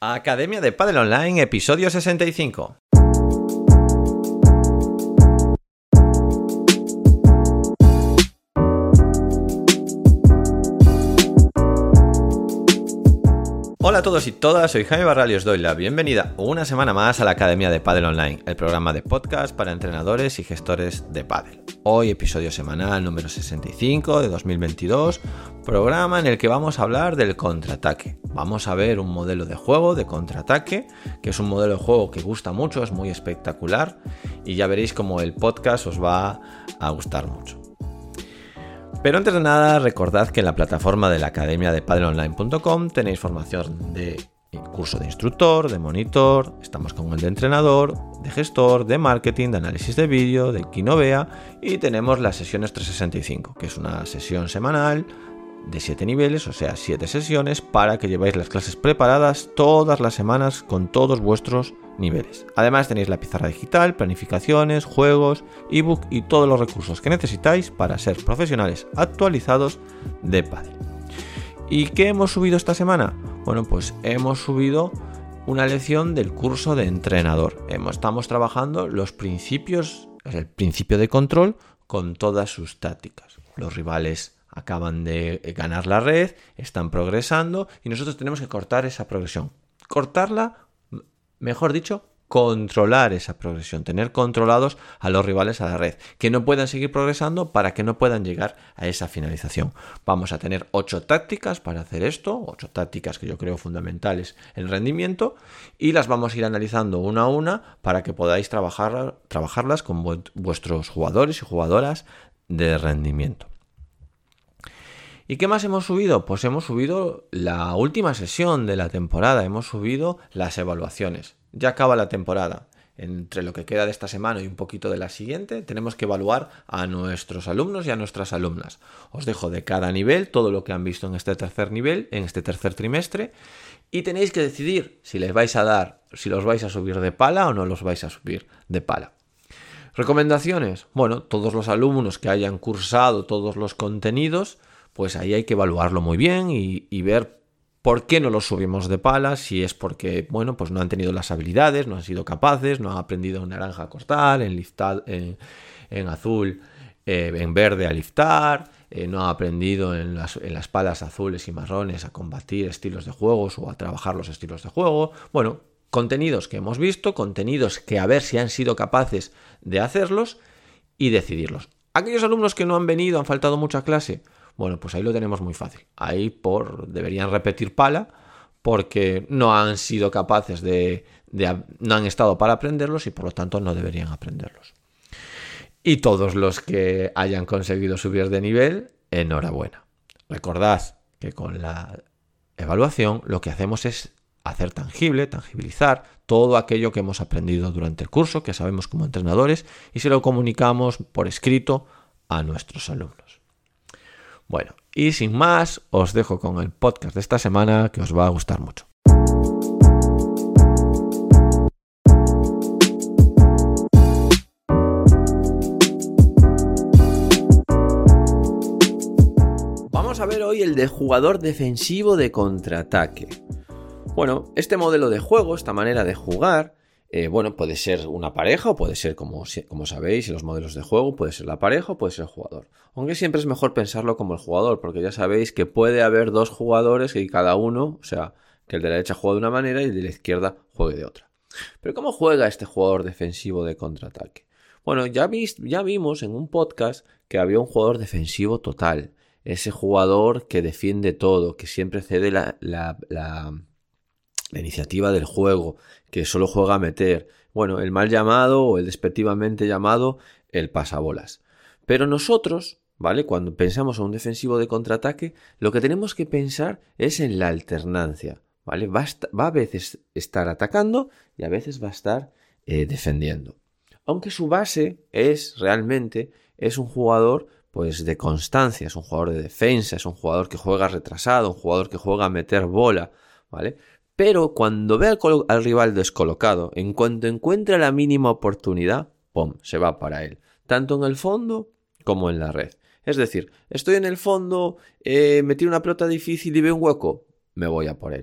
Academia de Pádel Online, episodio 65. Hola a todos y todas, soy Jaime Barral y os doy la bienvenida una semana más a la Academia de Pádel Online, el programa de podcast para entrenadores y gestores de pádel. Hoy episodio semanal número 65 de 2022, programa en el que vamos a hablar del contraataque. Vamos a ver un modelo de juego de contraataque, que es un modelo de juego que gusta mucho, es muy espectacular y ya veréis cómo el podcast os va a gustar mucho. Pero antes de nada, recordad que en la plataforma de la Academia de PadelOnline.com tenéis formación de curso de instructor, de monitor, estamos con el de entrenador, de gestor, de marketing, de análisis de vídeo, de Kinovea y tenemos las sesiones 365, que es una sesión semanal de 7 niveles, o sea, 7 sesiones para que lleváis las clases preparadas todas las semanas con todos vuestros niveles. Además tenéis la pizarra digital, planificaciones, juegos, ebook y todos los recursos que necesitáis para ser profesionales actualizados de pádel. ¿Y qué hemos subido esta semana? Bueno, pues hemos subido una lección del curso de entrenador. Estamos trabajando los principios, el principio de control con todas sus tácticas. Los rivales acaban de ganar la red, están progresando y nosotros tenemos que cortar esa progresión. Cortarla, mejor dicho, controlar esa progresión, tener controlados a los rivales a la red, que no puedan seguir progresando para que no puedan llegar a esa finalización. Vamos a tener 8 tácticas para hacer esto, 8 tácticas que yo creo fundamentales en rendimiento y las vamos a ir analizando una a una para que podáis trabajarlas con vuestros jugadores y jugadoras de rendimiento. ¿Y qué más hemos subido? Pues hemos subido la última sesión de la temporada, hemos subido las evaluaciones. Ya acaba la temporada. Entre lo que queda de esta semana y un poquito de la siguiente, tenemos que evaluar a nuestros alumnos y a nuestras alumnas. Os dejo de cada nivel todo lo que han visto en este tercer nivel, en este tercer trimestre, y tenéis que decidir si les vais a dar, si los vais a subir de pala o no los vais a subir de pala. Recomendaciones. Bueno, todos los alumnos que hayan cursado todos los contenidos, pues ahí hay que evaluarlo muy bien y ver por qué no los subimos de pala, si es porque, bueno, pues no han tenido las habilidades, no han sido capaces, no han aprendido en naranja a cortar, en azul, en verde a liftar, no ha aprendido en las palas azules y marrones a combatir estilos de juegos o a trabajar los estilos de juego. Bueno, contenidos que hemos visto, contenidos que a ver si han sido capaces de hacerlos y decidirlos. Aquellos alumnos que no han venido, han faltado mucha clase, bueno, pues ahí lo tenemos muy fácil. Ahí deberían repetir pala porque no han sido capaces no han estado para aprenderlos y por lo tanto no deberían aprenderlos. Y todos los que hayan conseguido subir de nivel, enhorabuena. Recordad que con la evaluación lo que hacemos es hacer tangibilizar todo aquello que hemos aprendido durante el curso, que sabemos como entrenadores, y se lo comunicamos por escrito a nuestros alumnos. Bueno, y sin más, os dejo con el podcast de esta semana que os va a gustar mucho. Vamos a ver hoy el de jugador defensivo de contraataque. Bueno, este modelo de juego, esta manera de jugar, puede ser una pareja o puede ser, como sabéis, en los modelos de juego, puede ser la pareja o puede ser el jugador. Aunque siempre es mejor pensarlo como el jugador, porque ya sabéis que puede haber dos jugadores y cada uno, o sea, que el de la derecha juegue de una manera y el de la izquierda juegue de otra. Pero ¿cómo juega este jugador defensivo de contraataque? Bueno, ya vimos en un podcast que había un jugador defensivo total. Ese jugador que defiende todo, que siempre cede la iniciativa del juego, que solo juega a meter. Bueno, el mal llamado o el despectivamente llamado el pasabolas. Pero nosotros, ¿vale? Cuando pensamos en un defensivo de contraataque, lo que tenemos que pensar es en la alternancia, ¿vale? Va a veces estar atacando y a veces va a estar defendiendo. Aunque su base es un jugador pues de constancia, es un jugador de defensa, es un jugador que juega retrasado, un jugador que juega a meter bola, ¿vale? Pero cuando ve al rival descolocado, en cuanto encuentra la mínima oportunidad, ¡pum!, se va para él. Tanto en el fondo como en la red. Es decir, estoy en el fondo, me tiro una pelota difícil y veo un hueco, me voy a por él.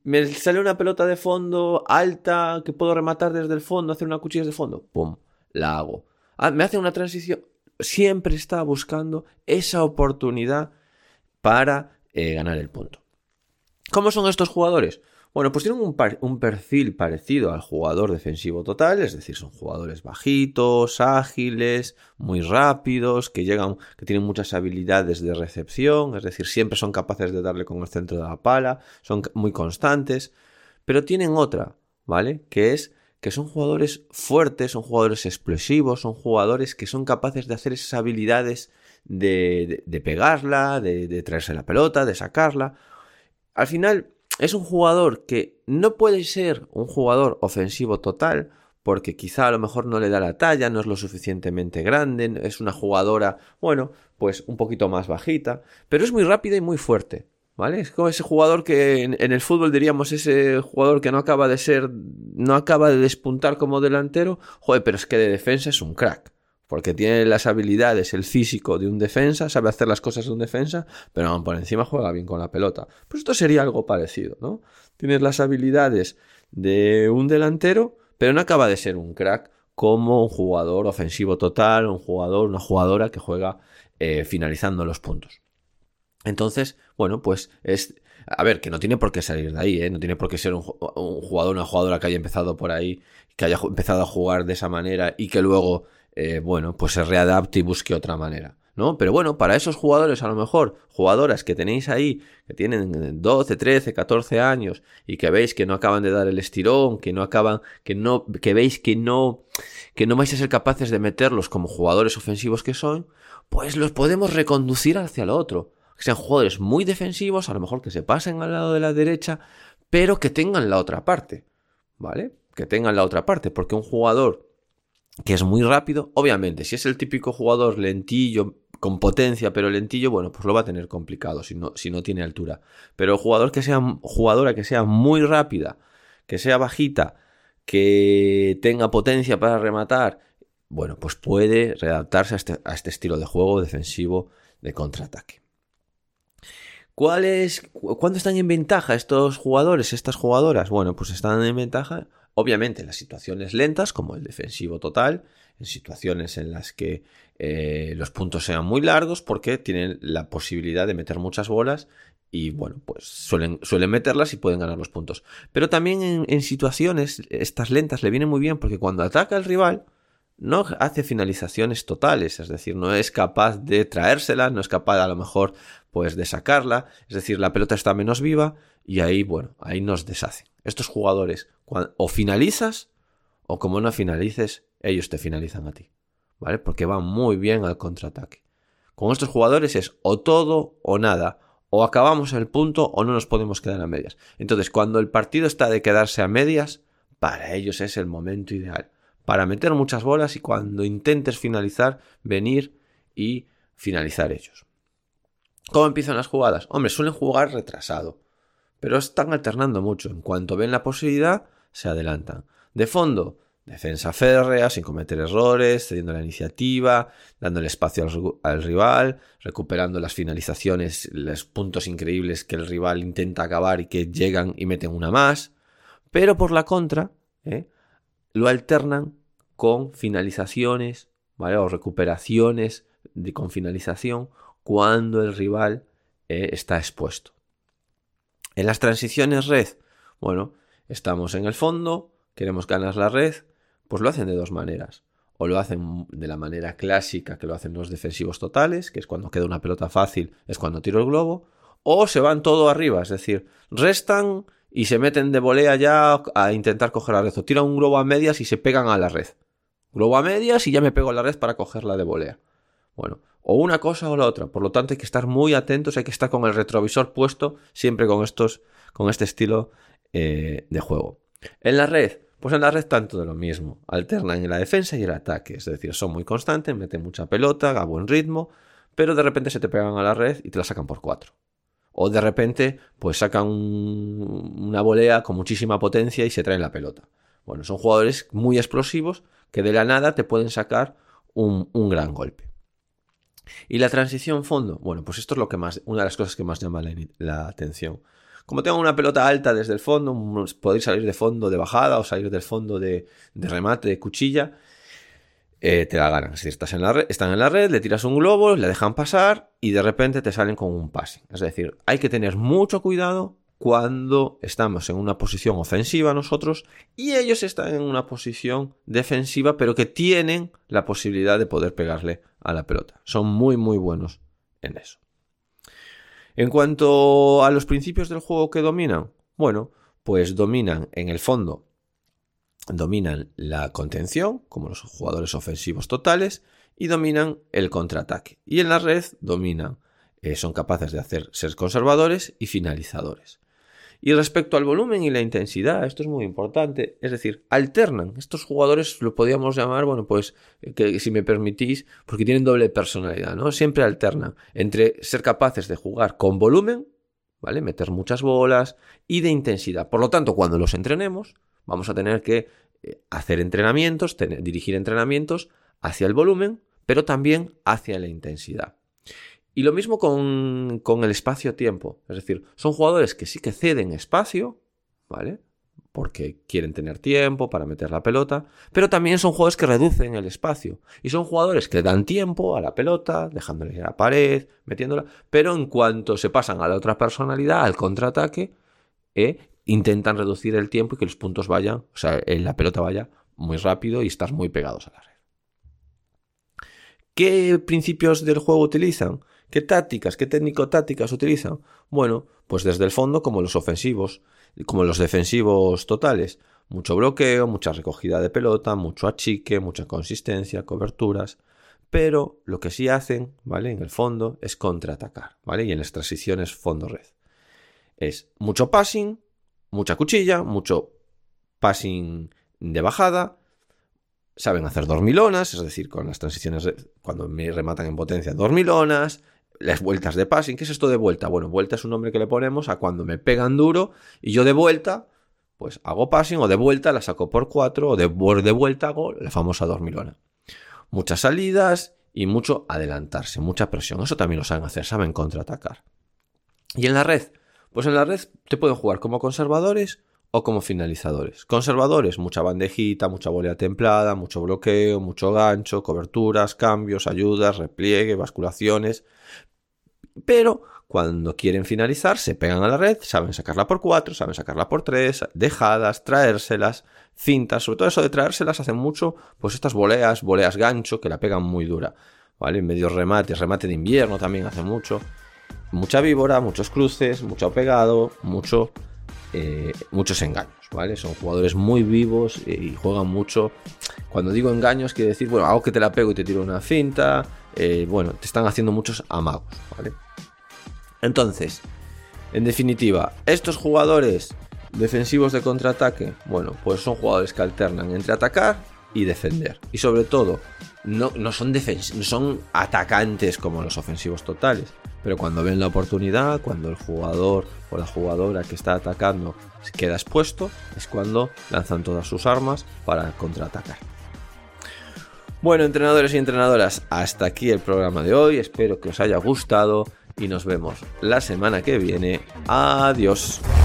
me sale una pelota de fondo alta que puedo rematar desde el fondo, hacer una cuchilla de fondo, ¡pum!, la hago. Me hace una transición. Siempre está buscando esa oportunidad para ganar el punto. ¿Cómo son estos jugadores? Bueno, pues tienen un perfil parecido al jugador defensivo total, es decir, son jugadores bajitos, ágiles, muy rápidos, que tienen muchas habilidades de recepción, es decir, siempre son capaces de darle con el centro de la pala, son muy constantes, pero tienen otra, ¿vale? Que son jugadores fuertes, son jugadores explosivos, son jugadores que son capaces de hacer esas habilidades de pegarla, de traerse la pelota, de sacarla. Al final es un jugador que no puede ser un jugador ofensivo total, porque quizá a lo mejor no le da la talla, no es lo suficientemente grande, es una jugadora, bueno, pues un poquito más bajita, pero es muy rápida y muy fuerte, ¿vale? Es como ese jugador que en el fútbol diríamos ese jugador que no acaba de despuntar como delantero, joder, pero es que de defensa es un crack. Porque tiene las habilidades, el físico de un defensa, sabe hacer las cosas de un defensa, pero aún por encima juega bien con la pelota. Pues esto sería algo parecido, ¿no? Tienes las habilidades de un delantero, pero no acaba de ser un crack como un jugador ofensivo total, una jugadora que juega finalizando los puntos. Entonces, bueno, pues a ver, que no tiene por qué salir de ahí, ¿eh? No tiene por qué ser un jugador, una jugadora que haya empezado por ahí, que haya empezado a jugar de esa manera y que luego bueno, pues se readapte y busque otra manera, ¿no? Pero bueno, para esos jugadores, a lo mejor, jugadoras que tenéis ahí, que tienen 12, 13, 14 años y que veis que no acaban de dar el estirón, que veis que no vais a ser capaces de meterlos como jugadores ofensivos que son, pues los podemos reconducir hacia lo otro. Que sean jugadores muy defensivos, a lo mejor que se pasen al lado de la derecha, pero que tengan la otra parte, ¿vale? Que tengan la otra parte, porque un jugador que es muy rápido, obviamente, si es el típico jugador lentillo, con potencia, pero lentillo, bueno, pues lo va a tener complicado si no tiene altura. Pero el jugadora que sea muy rápida, que sea bajita, que tenga potencia para rematar, bueno, pues puede readaptarse a este estilo de juego defensivo de contraataque. ¿Cuándo están en ventaja estos jugadores, estas jugadoras? Bueno, pues están en ventaja, obviamente, en las situaciones lentas, como el defensivo total, en situaciones en las que los puntos sean muy largos, porque tienen la posibilidad de meter muchas bolas y, bueno, pues suelen meterlas y pueden ganar los puntos. Pero también en situaciones, estas lentas le vienen muy bien, porque cuando ataca el rival, no hace finalizaciones totales, es decir, no es capaz de traérsela, no es capaz a lo mejor pues de sacarla, es decir, la pelota está menos viva y ahí, bueno, ahí nos deshacen. Estos jugadores, o finalizas o como no finalices, ellos te finalizan a ti, ¿vale? Porque van muy bien al contraataque. Con estos jugadores es o todo o nada, o acabamos el punto o no nos podemos quedar a medias. Entonces, cuando el partido está de quedarse a medias, para ellos es el momento ideal para meter muchas bolas y cuando intentes finalizar, venir y finalizar ellos. ¿Cómo empiezan las jugadas? Hombre, suelen jugar retrasado, pero están alternando mucho. En cuanto ven la posibilidad, se adelantan. De fondo, defensa férrea, sin cometer errores, cediendo la iniciativa, dándole espacio al rival, recuperando las finalizaciones, los puntos increíbles que el rival intenta acabar y que llegan y meten una más. Pero por la contra, lo alternan con finalizaciones, ¿vale? O recuperaciones con finalización cuando el rival está expuesto. En las transiciones red, bueno, estamos en el fondo, queremos ganar la red, pues lo hacen de dos maneras. O lo hacen de la manera clásica que lo hacen los defensivos totales, que es cuando queda una pelota fácil, es cuando tiro el globo, o se van todo arriba, es decir, restan y se meten de volea ya a intentar coger la red, o tiran un globo a medias y se pegan a la red. Globo a medias y ya me pego a la red para cogerla de volea. Bueno, o una cosa o la otra. Por lo tanto, hay que estar muy atentos, hay que estar con el retrovisor puesto siempre con este estilo de juego. En la red, pues en la red tanto de lo mismo. Alternan en la defensa y el ataque. Es decir, son muy constantes, meten mucha pelota, a buen ritmo, pero de repente se te pegan a la red y te la sacan por 4. O de repente, pues sacan una volea con muchísima potencia y se traen la pelota. Bueno, son jugadores muy explosivos que de la nada te pueden sacar un gran golpe. Y la transición fondo, bueno, pues esto es una de las cosas que más llama la atención. como tengan una pelota alta desde el fondo, podéis salir de fondo de bajada o salir del fondo de remate, de cuchilla, te la ganan. Es decir, están en la red, le tiras un globo, le dejan pasar y de repente te salen con un passing. Es decir, hay que tener mucho cuidado cuando estamos en una posición ofensiva nosotros y ellos están en una posición defensiva, pero que tienen la posibilidad de poder pegarle a la pelota. Son muy muy buenos en eso. En cuanto a los principios del juego que dominan, bueno, pues dominan en el fondo, dominan la contención, como los jugadores ofensivos totales, y dominan el contraataque. Y en la red dominan, son capaces de ser conservadores y finalizadores. Y respecto al volumen y la intensidad, esto es muy importante, es decir, alternan. Estos jugadores lo podríamos llamar, bueno, pues, que si me permitís, porque tienen doble personalidad, ¿no? Siempre alternan entre ser capaces de jugar con volumen, ¿vale? Meter muchas bolas y de intensidad. Por lo tanto, cuando los entrenemos, vamos a tener que hacer entrenamientos, dirigir entrenamientos hacia el volumen, pero también hacia la intensidad. Y lo mismo con el espacio-tiempo. Es decir, son jugadores que sí que ceden espacio, ¿vale? Porque quieren tener tiempo para meter la pelota, pero también son jugadores que reducen el espacio. Y son jugadores que dan tiempo a la pelota, dejándole ir a la pared, metiéndola, pero en cuanto se pasan a la otra personalidad, al contraataque, intentan reducir el tiempo y que los puntos vayan, o sea, la pelota vaya muy rápido y estar muy pegados a la red. ¿Qué principios del juego utilizan? ¿Qué tácticas, qué técnico-tácticas utilizan? Bueno, pues desde el fondo como los ofensivos, como los defensivos totales. Mucho bloqueo, mucha recogida de pelota, mucho achique, mucha consistencia, coberturas. Pero lo que sí hacen, ¿vale? En el fondo es contraatacar, ¿vale? Y en las transiciones fondo-red. Es mucho passing, mucha cuchilla, mucho passing de bajada. Saben hacer dormilonas, es decir, con las transiciones, cuando me rematan en potencia, dormilonas. Las vueltas de passing. ¿Qué es esto de vuelta? Bueno, vuelta es un nombre que le ponemos a cuando me pegan duro y yo de vuelta, pues hago passing, o de vuelta la saco por 4, o de vuelta hago la famosa dormilona. Muchas salidas y mucho adelantarse, mucha presión. Eso también lo saben hacer, saben contraatacar. ¿Y en la red? Pues en la red te pueden jugar como conservadores o como finalizadores. Conservadores, mucha bandejita, mucha volea templada, mucho bloqueo, mucho gancho, coberturas, cambios, ayudas, repliegue, basculaciones. Pero cuando quieren finalizar, se pegan a la red, saben sacarla por 4, saben sacarla por 3, dejadas, traérselas, cintas. Sobre todo eso de traérselas hacen mucho, pues estas voleas gancho, que la pegan muy dura, ¿vale? Medios remates, remate de invierno también hace mucho. Mucha víbora, muchos cruces, mucho pegado, muchos engaños, ¿vale? Son jugadores muy vivos y juegan mucho. Cuando digo engaños, quiere decir, bueno, hago que te la pego y te tiro una finta. Bueno, te están haciendo muchos amagos, ¿vale? Entonces, en definitiva, estos jugadores defensivos de contraataque, bueno, pues son jugadores que alternan entre atacar y defender. Y sobre todo, no son atacantes como los ofensivos totales. Pero cuando ven la oportunidad, cuando el jugador o la jugadora que está atacando se queda expuesto, es cuando lanzan todas sus armas para contraatacar. Bueno, entrenadores y entrenadoras, hasta aquí el programa de hoy. Espero que os haya gustado y nos vemos la semana que viene. Adiós.